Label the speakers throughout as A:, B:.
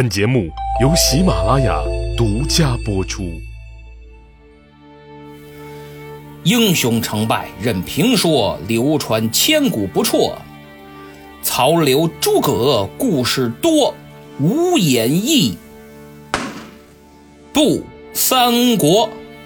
A: 本节目由喜马拉雅独家播出。
B: 英雄成败任评说，流传千古不辍。曹刘诸葛故事多，无演义不三国。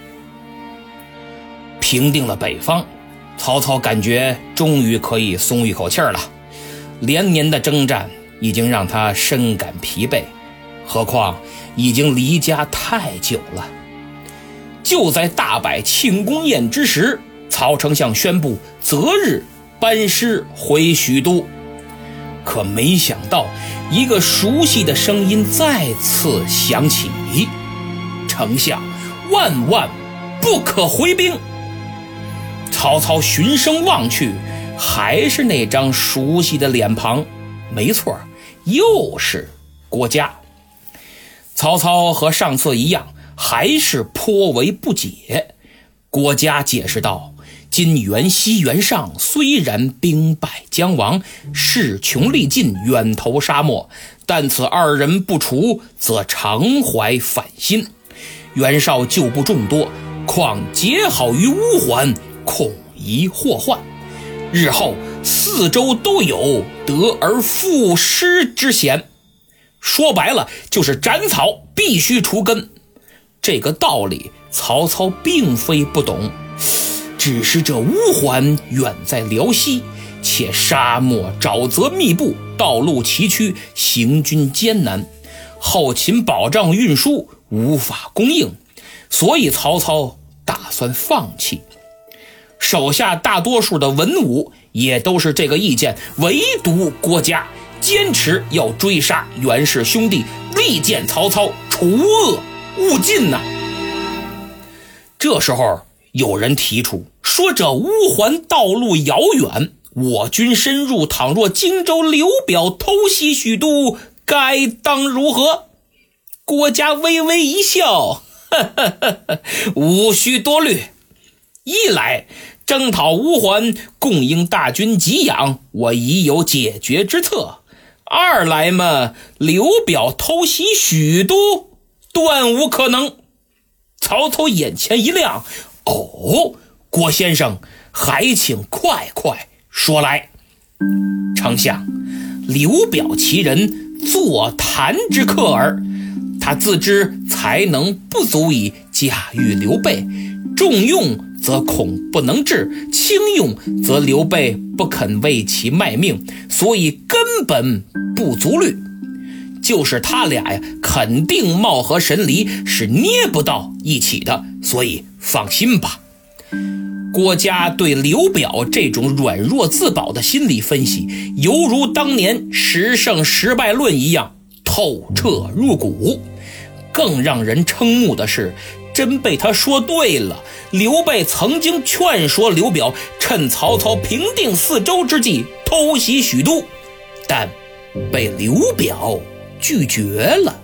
B: 平定了北方，曹操感觉终于可以松一口气了。连年的征战已经让他深感疲惫，何况已经离家太久了。就在大摆庆功宴之时，曹丞相宣布择日班师回许都。可没想到，一个熟悉的声音再次响起：丞相，万万不可回兵。曹操循声望去，还是那张熟悉的脸庞，没错，又是郭嘉。曹操和上次一样，还是颇为不解。郭嘉解释道：今袁熙、袁尚虽然兵败将亡，势穷力尽，远投沙漠，但此二人不除，则常怀反心。袁绍旧部众多，况结好于乌桓，恐疑祸患。日后四周都有得而复失之嫌。说白了就是斩草必须除根。这个道理曹操并非不懂，只是这乌桓远在辽西，且沙漠沼泽密布，道路崎岖，行军艰难，后勤保障运输无法供应，所以曹操打算放弃。手下大多数的文武也都是这个意见，唯独郭嘉坚持要追杀袁氏兄弟，力荐曹操除恶务尽呐。这时候有人提出说，这乌桓道路遥远，我军深入，倘若荆州刘表偷袭许都，该当如何？郭嘉微微一笑，无需多虑。一来征讨乌桓，供应大军给养，我已有解决之策；二来嘛，刘表偷袭许都，断无可能。曹操眼前一亮，郭先生，还请快快说来。丞相，刘表其人，坐谈之客耳，他自知才能不足以驾驭刘备，重用则恐不能治，轻用则刘备不肯为其卖命，所以根本不足虑。就是他俩呀，肯定貌合神离，是捏不到一起的，所以放心吧。郭嘉对刘表这种软弱自保的心理分析，犹如当年十胜十败论一样，透彻入骨。更让人瞠目的是，真被他说对了。刘备曾经劝说刘表趁曹操平定四周之际偷袭许都，但被刘表拒绝了。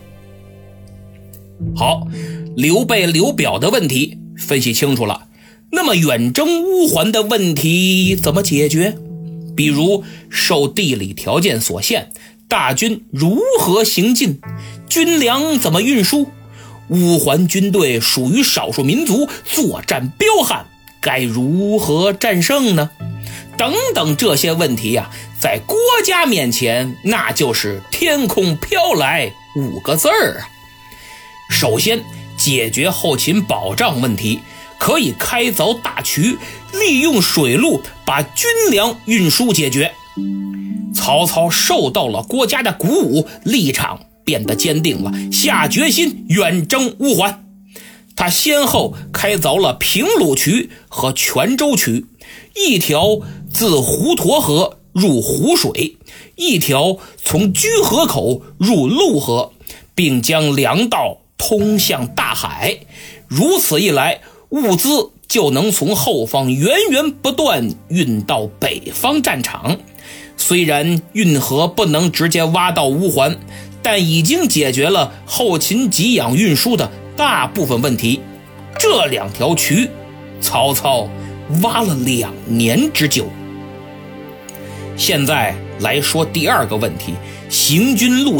B: 好，刘备刘表的问题分析清楚了，那么远征乌桓的问题怎么解决？比如受地理条件所限，大军如何行进？军粮怎么运输？乌桓军队属于少数民族，作战彪悍，该如何战胜呢？等等这些问题呀，在郭嘉面前那就是天空飘来五个字儿啊。首先解决后勤保障问题，可以开凿大渠，利用水路把军粮运输解决。曹操受到了郭嘉的鼓舞，立场变得坚定了，下决心远征乌桓。他先后开凿了平鲁渠和泉州渠，一条自滹沱河入湖水，一条从居河口入陆河，并将粮道通向大海。如此一来，物资就能从后方源源不断运到北方战场。虽然运河不能直接挖到乌桓，但已经解决了后勤给养运输的大部分问题。这两条渠，曹操挖了2年之久。现在来说第二个问题，行军路线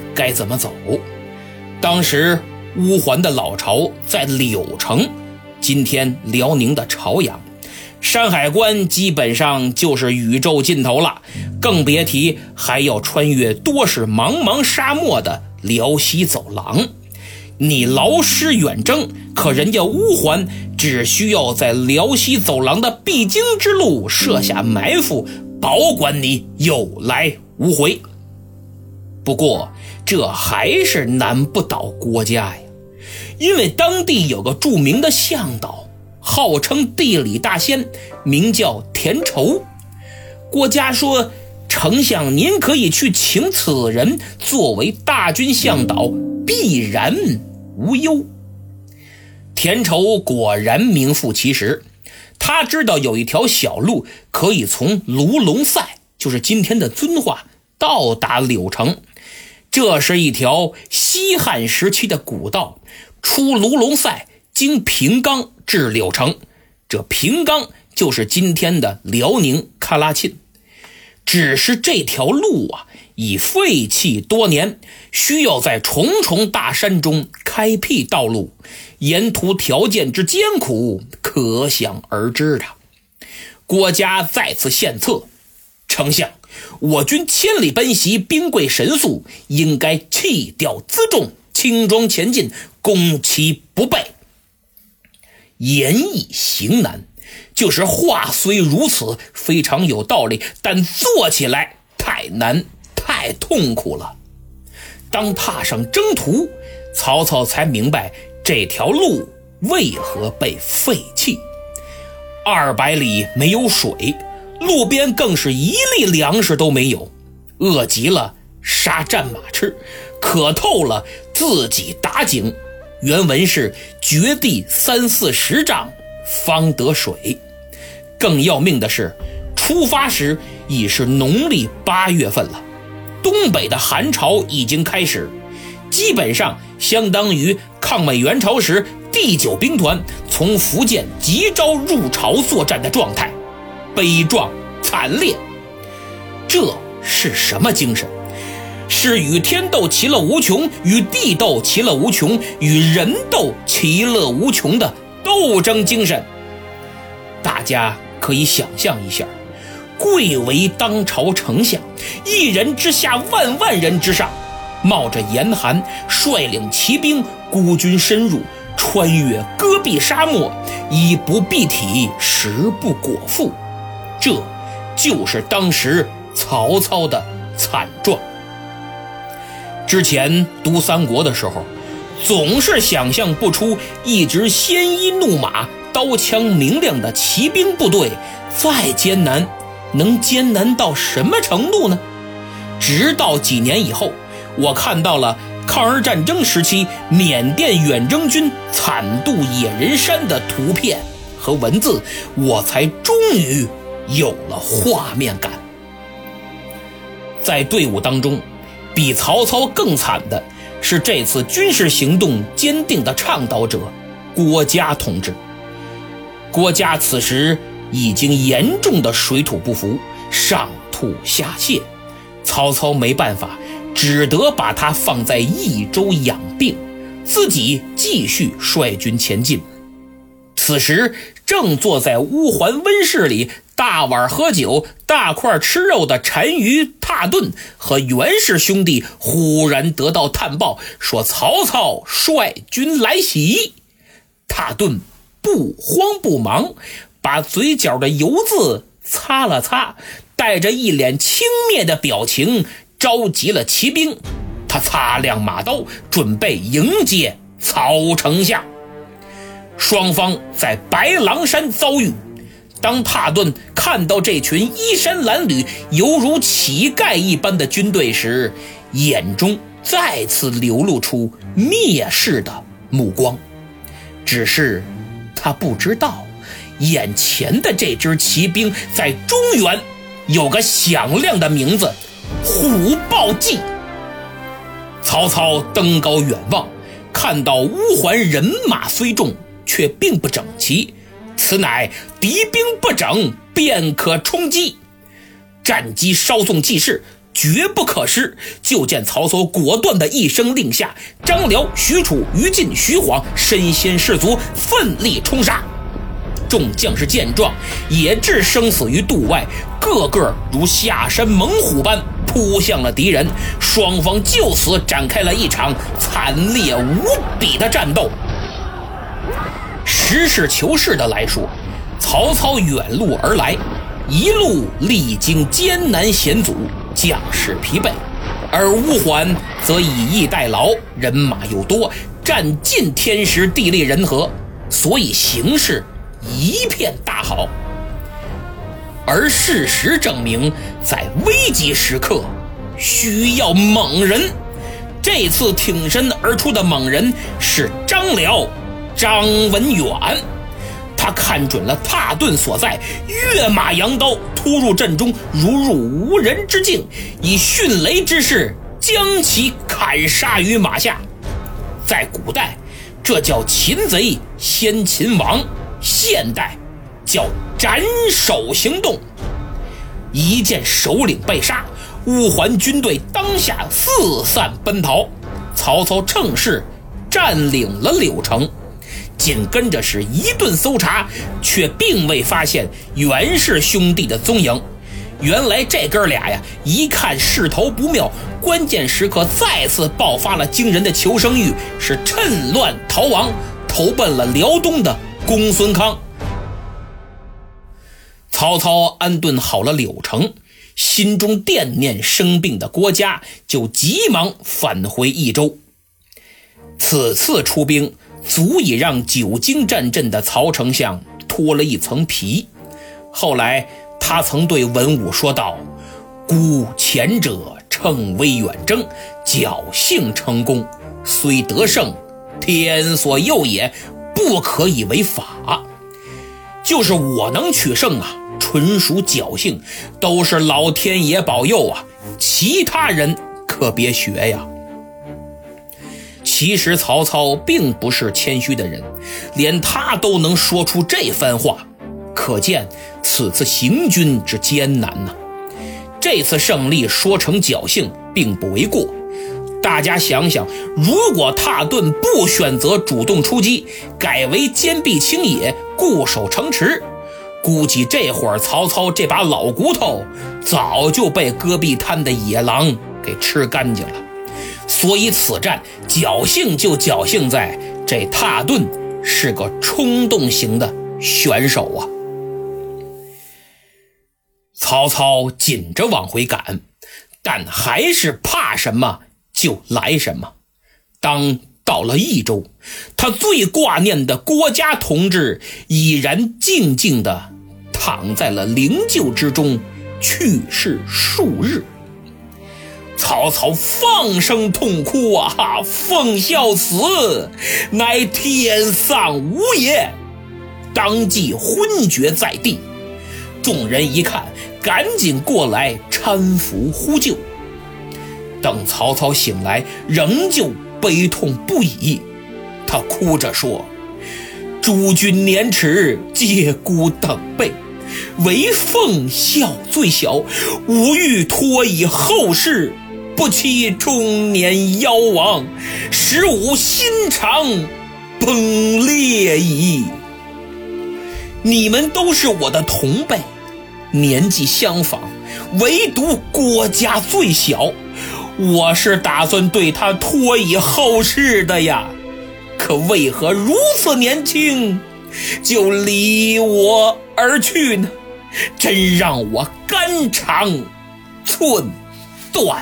B: 该怎么走。当时乌桓的老巢在柳城，今天辽宁的朝阳，山海关基本上就是宇宙尽头了，更别提还要穿越多是茫茫沙漠的辽西走廊。你劳师远征，可人家乌桓只需要在辽西走廊的必经之路设下埋伏，保管你有来无回。不过这还是难不倒郭嘉呀，因为当地有个著名的向导，号称地理大仙，名叫田畴。郭嘉说，丞相您可以去请此人作为大军向导，必然无忧。田畴果然名副其实，他知道有一条小路可以从卢龙塞，就是今天的遵化，到达柳城。这是一条西汉时期的古道，出卢龙塞，经平冈至柳城。这平冈就是今天的辽宁喀拉沁。只是这条路已废弃多年，需要在重重大山中开辟道路，沿途条件之艰苦可想而知的。郭嘉再次献策，丞相，我军千里奔袭，兵贵神速，应该弃掉辎重，轻装前进，攻其不备。言易行难，就是话虽如此，非常有道理，但做起来太难太痛苦了。当踏上征途，曹操才明白这条路为何被废弃。200里没有水，路边更是一粒粮食都没有，饿极了杀战马吃，渴透了自己打井。原文是掘地30-40丈方得水。更要命的是，出发时已是农历8月份了，东北的寒潮已经开始，基本上相当于抗美援朝时第9兵团从福建急招入朝作战的状态，悲壮惨烈。这是什么精神？是与天斗其乐无穷，与地斗其乐无穷，与人斗其乐无穷的斗争精神。大家可以想象一下，贵为当朝丞相，一人之下，万万人之上，冒着严寒，率领骑兵孤军深入，穿越戈壁沙漠，衣不蔽体，食不果腹。这就是当时曹操的惨状。之前读三国的时候，总是想象不出一支鲜衣怒马，刀枪明亮的骑兵部队再艰难，能艰难到什么程度呢？直到几年以后，我看到了抗日战争时期缅甸远征军惨渡野人山的图片和文字，我才终于有了画面感。在队伍当中，比曹操更惨的是这次军事行动坚定的倡导者郭嘉同志。郭嘉此时已经严重的水土不服，上吐下泻，曹操没办法，只得把他放在益州养病，自己继续率军前进。此时正坐在乌桓温室里大碗喝酒大块吃肉的单于、踏顿和袁氏兄弟忽然得到探报，说曹操率军来袭。踏顿不慌不忙，把嘴角的油渍擦了擦，带着一脸轻蔑的表情召集了骑兵。他擦亮马刀，准备迎接曹丞相。双方在白狼山遭遇，当踏顿看到这群衣衫褴褛犹如乞丐一般的军队时，眼中再次流露出蔑视的目光。只是他不知道，眼前的这支骑兵在中原有个响亮的名字——虎豹骑。曹操登高远望，看到乌桓人马虽众，却并不整齐，此乃敌兵不整，便可冲击。战机稍纵即逝， 绝不可失。就见曹操果断的一声令下，张辽、许褚、于禁、徐晃身先士卒，奋力冲杀。众将士见状，也置生死于度外，个个如下山猛虎般扑向了敌人。双方就此展开了一场惨烈无比的战斗。实事求是的来说，曹操远路而来，一路历经艰难险阻，将士疲惫，而吴桓则以逸待劳，人马又多，占尽天时地利人和，所以形势一片大好。而事实证明，在危急时刻需要猛人。这次挺身而出的猛人是张辽张文远。他看准了蹋顿所在，跃马扬刀突入阵中，如入无人之境，以迅雷之势将其砍杀于马下。在古代，这叫擒贼先擒王，现代叫斩首行动。一见首领被杀，吴桓军队当下四散奔逃，曹操乘势占领了柳城。紧跟着是一顿搜查，却并未发现袁氏兄弟的踪影。原来这哥俩呀，一看势头不妙，关键时刻再次爆发了惊人的求生欲，是趁乱逃亡，投奔了辽东的公孙康。曹操安顿好了柳城，心中惦念生病的郭嘉，就急忙返回益州。此次出兵足以让久经战阵的曹丞相脱了一层皮。后来他曾对文武说道：孤前者乘威远征，侥幸成功，虽得胜，天所佑也，不可以为法。就是我能取胜啊，纯属侥幸，都是老天爷保佑啊，其他人可别学呀。其实曹操并不是谦虚的人，连他都能说出这番话，可见此次行军之艰难呐。这次胜利说成侥幸并不为过。大家想想，如果蹋顿不选择主动出击，改为坚壁清野，固守城池，估计这会儿曹操这把老骨头早就被戈壁滩的野狼给吃干净了。所以此战侥幸就侥幸在这蹋顿是个冲动型的选手啊。曹操紧着往回赶，但还是怕什么就来什么。当到了益州，他最挂念的郭嘉同志已然静静地躺在了灵柩之中，去世数日。曹操放声痛哭啊，奉孝死，乃天丧吾也，当即昏厥在地。众人一看，赶紧过来搀扶呼救。等曹操醒来，仍旧悲痛不已，他哭着说：诸君年齿，皆孤等辈，唯奉孝最小，吾欲托以后世，不期中年夭亡，使吾心肠崩裂矣。你们都是我的同辈，年纪相仿，唯独郭嘉最小，我是打算对他托以后世的呀，可为何如此年轻就离我而去呢？真让我肝肠寸断。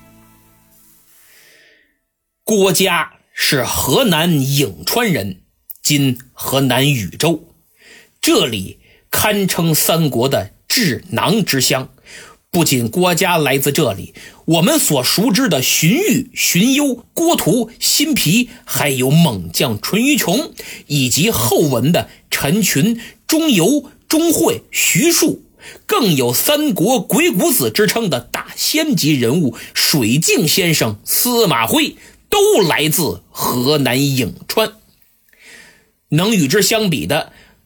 B: 郭嘉是河南颍川人，今河南禹州，这里堪称三国的智囊之乡。不仅郭嘉来自这里，我们所熟知的荀彧、荀攸、郭图、辛毗，还有猛将淳于琼，以及后文的陈群、钟繇、钟会、徐庶，更有三国鬼谷子之称的大仙级人物水镜先生司马徽，都来自河南颍川。能与之相比的，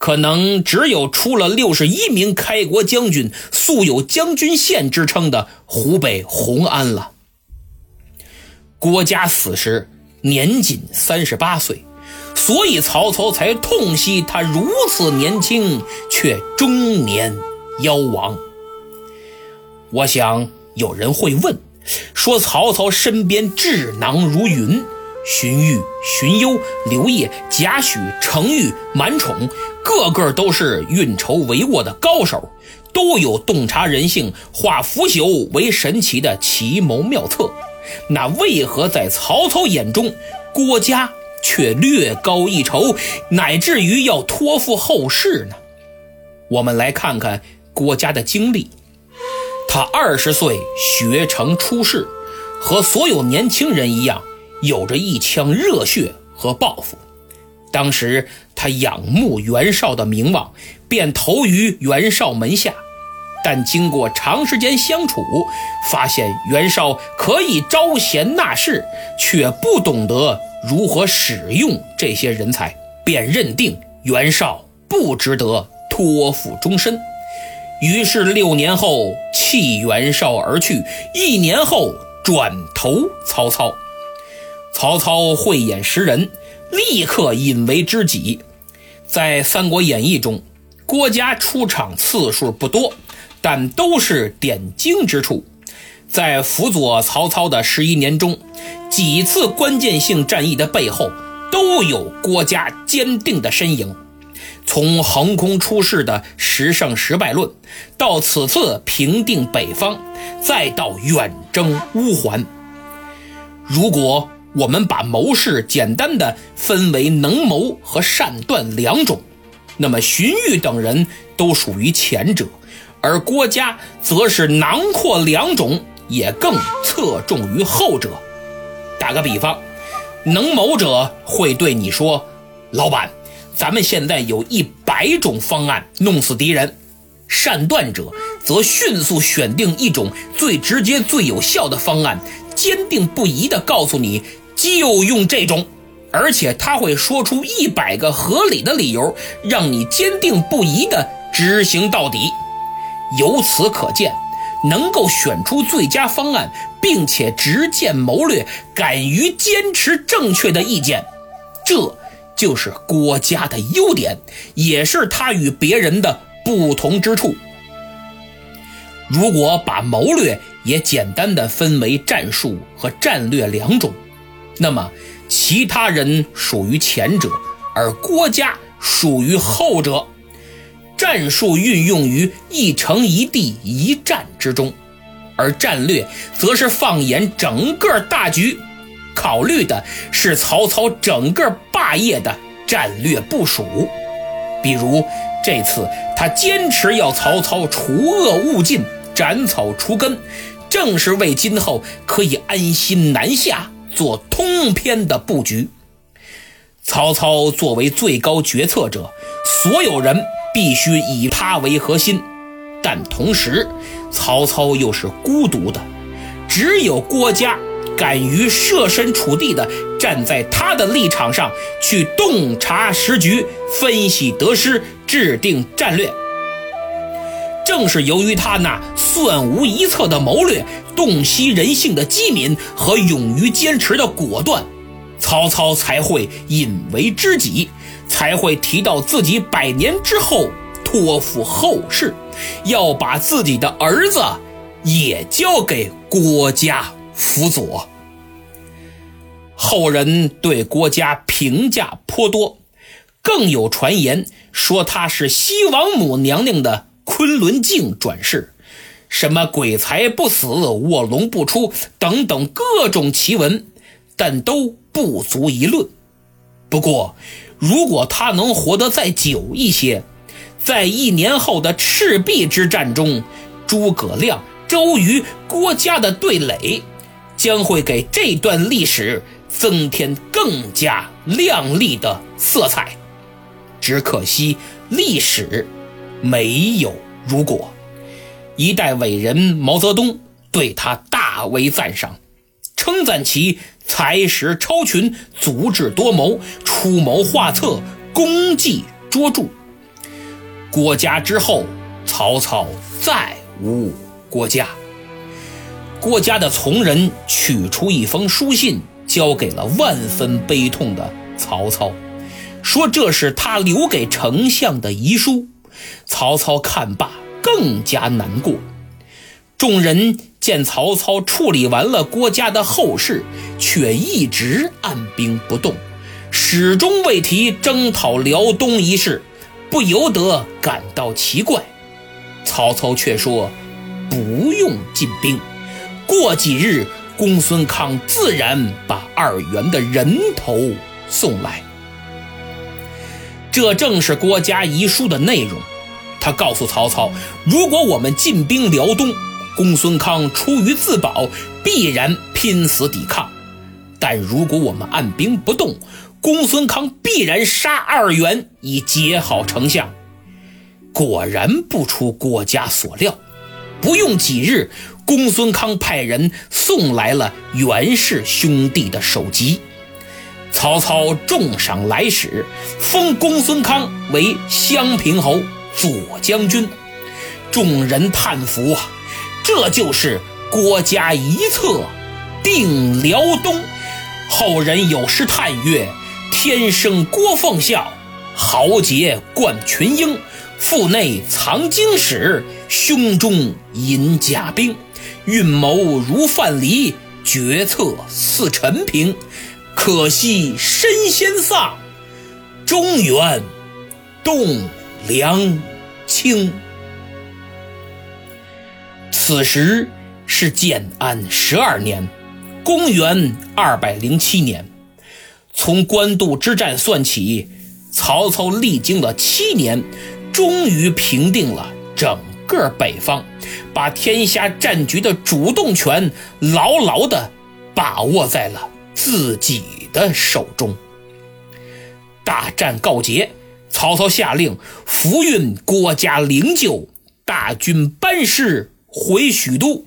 B: 可能只有出了61名开国将军，素有将军县之称的湖北红安了。郭嘉死时年仅38岁，所以曹操才痛惜他如此年轻却中年夭亡。我想有人会问，说曹操身边智囊如云，荀彧、荀攸、刘烨、贾诩、程昱、满宠，个个都是运筹帷幄的高手，都有洞察人性、化腐朽为神奇的奇谋妙策，那为何在曹操眼中，郭嘉却略高一筹，乃至于要托付后世呢？我们来看看郭嘉的经历。他20岁学成出仕，和所有年轻人一样，有着一腔热血和抱负。当时他仰慕袁绍的名望，便投于袁绍门下。但经过长时间相处，发现袁绍可以招贤纳士，却不懂得如何使用这些人才，便认定袁绍不值得托付终身。于是6年后弃袁绍而去，1年后转投曹操。曹操慧眼识人，立刻引为知己。在《三国演义》中，郭嘉出场次数不多，但都是点睛之处。在辅佐曹操的11年中，几次关键性战役的背后都有郭嘉坚定的身影。从横空出世的10胜10败论，到此次平定北方，再到远征乌桓。如果我们把谋士简单的分为能谋和善断2种，那么荀彧等人都属于前者，而郭嘉则是囊括2种，也更侧重于后者。打个比方，能谋者会对你说，老板，咱们现在有100种方案弄死敌人。善断者则迅速选定一种最直接最有效的方案，坚定不移地告诉你就用这种，而且他会说出100个合理的理由，让你坚定不移地执行到底。由此可见，能够选出最佳方案，并且直谏谋略，敢于坚持正确的意见，这就是郭嘉的优点，也是他与别人的不同之处。如果把谋略也简单的分为战术和战略2种，那么其他人属于前者，而郭嘉属于后者。战术运用于一城一地一战之中，而战略则是放眼整个大局，考虑的是曹操整个霸业的战略部署。比如这次他坚持要曹操除恶务尽，斩草除根，正是为今后可以安心南下做通篇的布局。曹操作为最高决策者，所有人必须以他为核心，但同时曹操又是孤独的，只有郭嘉敢于设身处地的站在他的立场上去洞察时局，分析得失，制定战略。正是由于他那算无一策的谋略，洞悉人性的机敏和勇于坚持的果断，曹操才会引为知己，才会提到自己100年之后托付后世，要把自己的儿子也交给郭嘉辅佐。后人对郭嘉评价颇多，更有传言说他是西王母娘娘的昆仑镜转世，什么鬼才不死，卧龙不出等等各种奇闻，但都不足一论。不过如果他能活得再久一些，在1年后的赤壁之战中，诸葛亮、周瑜、郭嘉的对垒将会给这段历史增添更加亮丽的色彩。只可惜历史没有如果。一代伟人毛泽东对他大为赞赏，称赞其才识超群，足智多谋，出谋划策，功绩卓著。 郭嘉之后，曹操再无郭嘉。郭嘉的从人取出一封书信，交给了万分悲痛的曹操，说这是他留给丞相的遗书。曹操看罢更加难过。众人见曹操处理完了郭嘉的后事，却一直按兵不动，始终未提征讨辽东一事，不由得感到奇怪。曹操却说不用进兵，过几日公孙康自然把2员的人头送来。这正是郭嘉遗书的内容。他告诉曹操，如果我们进兵辽东，公孙康出于自保，必然拼死抵抗；但如果我们按兵不动，公孙康必然杀2员以结好丞相。果然不出郭嘉所料，不用几日，公孙康派人送来了袁氏兄弟的首级。曹操重赏来使，封公孙康为襄平侯、左将军。众人叹服啊，这就是郭嘉一策定辽东。后人有诗叹曰：天生郭奉孝，豪杰冠群英，腹内藏经史，胸中隐甲兵。运谋如范蠡，决策似陈平。可惜身先丧，中原动梁倾。此时是建安12年，公元207年。从官渡之战算起，曹操历经了7年，终于平定了整个北方，把天下战局的主动权牢牢地把握在了自己的手中。大战告捷，曹操下令扶运郭嘉灵柩，大军班师回许都。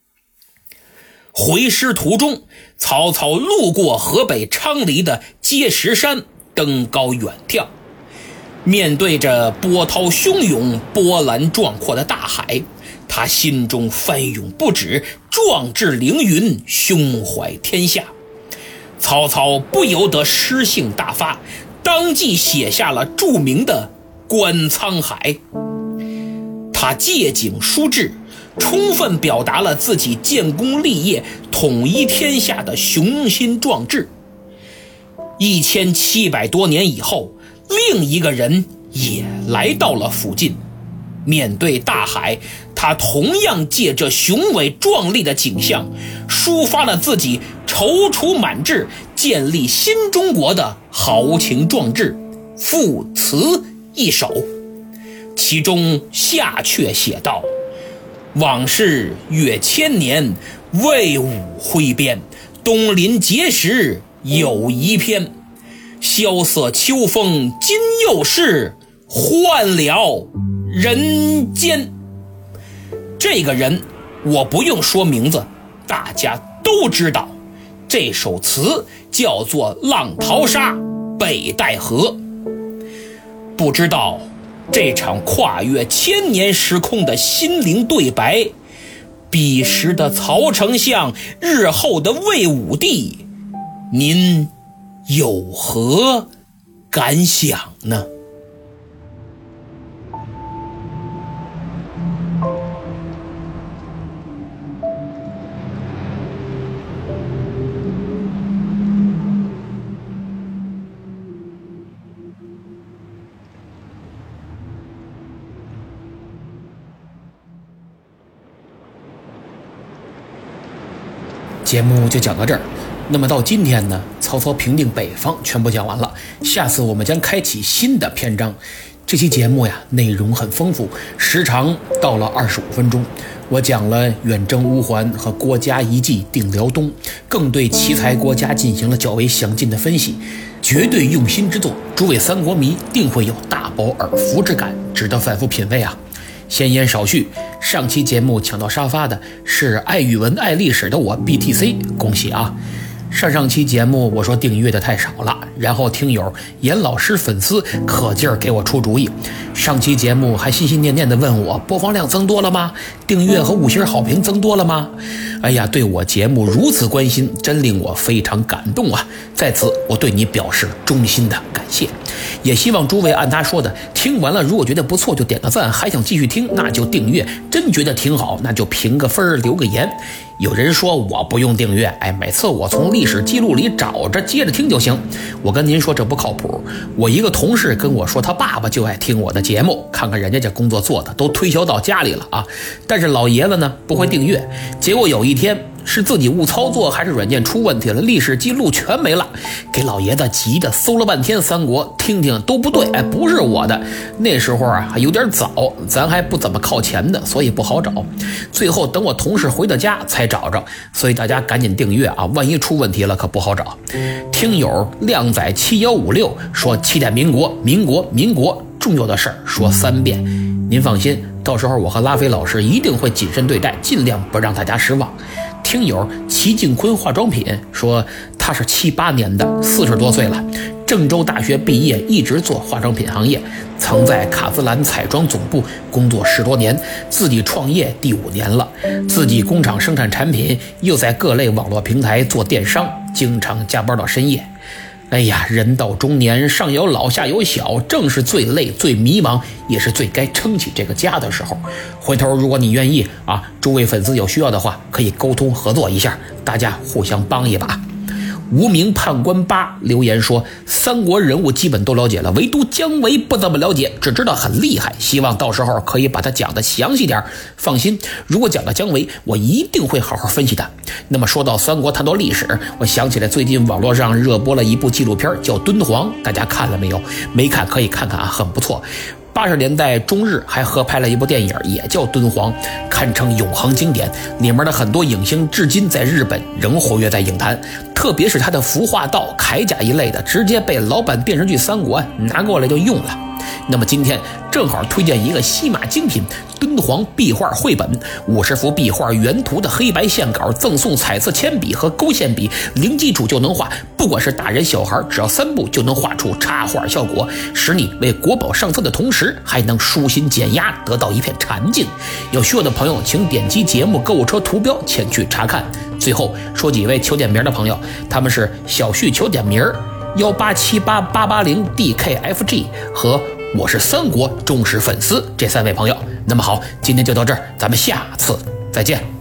B: 回师途中，曹操路过河北昌黎的碣石山，登高远眺。面对着波涛汹涌、波澜壮阔的大海，他心中翻涌不止，壮志凌云，胸怀天下。曹操不由得诗兴大发，当即写下了著名的《观沧海》。他借景抒志，充分表达了自己建功立业、统一天下的雄心壮志。1700多年以后，另一个人也来到了附近。面对大海，他同样借着雄伟壮丽的景象，抒发了自己踌躇满志、建立新中国的豪情壮志，赋词一首。其中下阙写道：往事越千年，魏武挥鞭，东临碣石有一篇。萧瑟秋风今又是，换了人间。这个人我不用说名字，大家都知道。这首词叫做《浪淘沙北戴河》。不知道这场跨越1000年时空的心灵对白，彼时的曹丞相，日后的魏武帝，您有何感想呢？节目就讲到这儿。那么到今天呢，曹操平定北方全部讲完了，下次我们将开启新的篇章。这期节目呀，内容很丰富，时长到了25分钟。我讲了远征乌桓和郭嘉一计定辽东，更对奇才郭嘉进行了较为详尽的分析，绝对用心之作，诸位三国迷定会有大饱耳福之感，值得反复品味啊。闲言少叙，上期节目抢到沙发的是爱语文爱历史的我 BTC， 恭喜啊！ 上期节目我说订阅的太少了，然后听友严老师粉丝可劲儿给我出主意。上期节目还心心念念的问我播放量增多了吗？订阅和5星好评增多了吗？哎呀，对我节目如此关心，真令我非常感动啊！在此我对你表示衷心的感谢，也希望诸位按他说的，听完了如果觉得不错就点个赞，还想继续听那就订阅，真觉得挺好那就评个分留个言。有人说我不用订阅，每次我从历史记录里找着接着听就行。我跟您说这不靠谱，我一个同事跟我说他爸爸就爱听我的节目，看看人家这工作做的都推销到家里了啊。但是老爷子呢不会订阅，结果有一天是自己误操作还是软件出问题了，历史记录全没了，给老爷子急的搜了半天三国，听听都不对，不是我的。那时候还有点早，咱还不怎么靠前的，所以不好找。最后等我同事回到家才找着，所以大家赶紧订阅啊，万一出问题了可不好找。听友靓仔7156说期待民国，重要的事儿说3遍。您放心，到时候我和拉菲老师一定会谨慎对待，尽量不让大家失望。听友齐静坤化妆品说他是78年的，40多岁了，郑州大学毕业，一直做化妆品行业，曾在卡姿兰彩妆总部工作10多年，自己创业第5年了，自己工厂生产产品，又在各类网络平台做电商，经常加班到深夜。哎呀，人到中年，上有老下有小，正是最累最迷茫，也是最该撑起这个家的时候。回头如果你愿意诸位粉丝有需要的话，可以沟通合作一下，大家互相帮一把。无名判官8留言说三国人物基本都了解了，唯独姜维不怎么了解，只知道很厉害，希望到时候可以把它讲得详细点。放心，如果讲到姜维，我一定会好好分析的。那么说到三国，谈到历史，我想起来最近网络上热播了一部纪录片叫《敦煌》，大家看了没有？没看可以看看很不错。80年代中日还合拍了一部电影，也叫《敦煌》，堪称永恒经典。里面的很多影星至今在日本仍活跃在影坛，特别是他的服化道、铠甲一类的，直接被老版电视剧《三国》拿过来就用了。那么今天正好推荐一个西马精品敦煌壁画绘本，50幅壁画原图的黑白线稿，赠送彩色铅笔和勾线笔，零基础就能画，不管是大人小孩，只要3步就能画出插画效果，使你为国宝上色的同时，还能舒心减压，得到一片禅境。有需要的朋友请点击节目购物车图标前去查看。最后说几位求点名的朋友，他们是小旭求点名1878880DKFG 和我是三国忠实粉丝这3位朋友。那么好，今天就到这儿，咱们下次再见。